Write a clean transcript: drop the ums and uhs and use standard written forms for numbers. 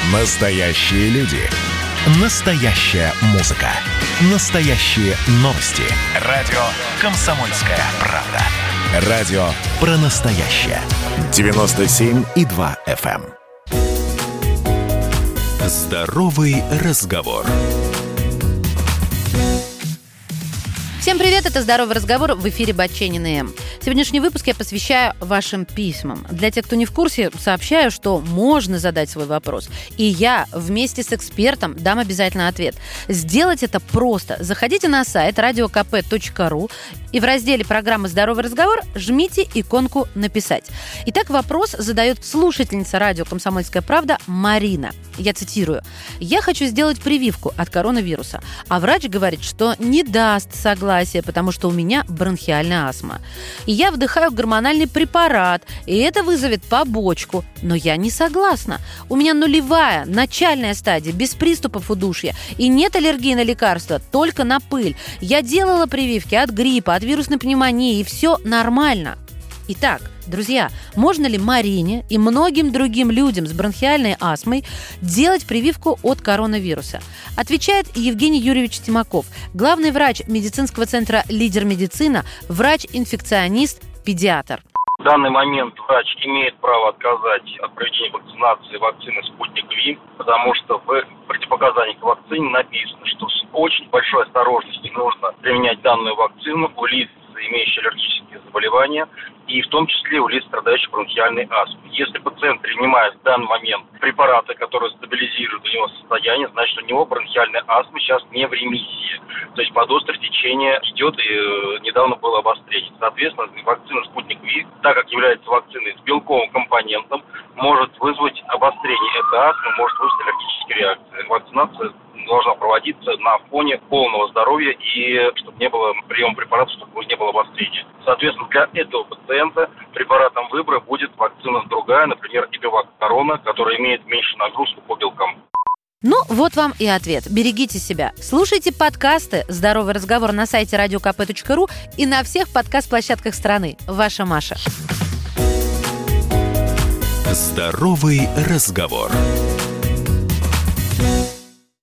Настоящие люди. Настоящая музыка. Настоящие новости. Радио «Комсомольская правда». Радио про настоящее. 97,2 FM. Здоровый разговор. Всем привет, это «Здоровый разговор», в эфире Батченина М. Сегодняшний выпуск я посвящаю вашим письмам. Для тех, кто не в курсе, сообщаю, что можно задать свой вопрос. И я вместе с экспертом дам обязательно ответ. Сделать это просто. Заходите на сайт radiokp.ru и в разделе программы «Здоровый разговор» жмите иконку «Написать». Итак, вопрос задает слушательница радио «Комсомольская правда» Марина. Я цитирую. «Я хочу сделать прививку от коронавируса, а врач говорит, что не даст согласия, потому что у меня бронхиальная астма. И я вдыхаю гормональный препарат, и это вызовет побочку. Но я не согласна. У меня нулевая, начальная стадия, без приступов удушья. И нет аллергии на лекарства, только на пыль. Я делала прививки от гриппа, от вирусной пневмонии, и все нормально». Итак, друзья, можно ли Марине и многим другим людям с бронхиальной астмой делать прививку от коронавируса? Отвечает Евгений Юрьевич Тимаков, главный врач медицинского центра «Лидер медицина», врач-инфекционист, педиатр. В данный момент врач имеет право отказать от проведения вакцинации вакцины «Спутник Ви», потому что в противопоказаниях к вакцине написано, что с очень большой осторожностью нужно применять данную вакцину у лиц, имеющие аллергические заболевания, и в том числе у лиц, страдающих бронхиальной астмой. Если пациент принимает в данный момент препараты, которые стабилизируют у него состояние, значит, у него бронхиальная астма сейчас не в ремиссии. То есть подостр течения идет, и недавно было обострение. Соответственно, вакцина «Спутник Ви», так как является вакциной с белковым компонентом, может вызвать обострение этой астмы, может вызвать аллергические реакции. Вакцинация должна проводиться на фоне полного здоровья и чтобы не было приема препаратов, чтобы не было обострения. Соответственно, для этого пациента препаратом выбора будет вакцина другая, например, Эпивак Корона, которая имеет меньшую нагрузку по белкам. Ну, вот вам и ответ. Берегите себя. Слушайте подкасты «Здоровый разговор» на сайте radiokp.ru и на всех подкаст-площадках страны. Ваша Маша. Здоровый разговор.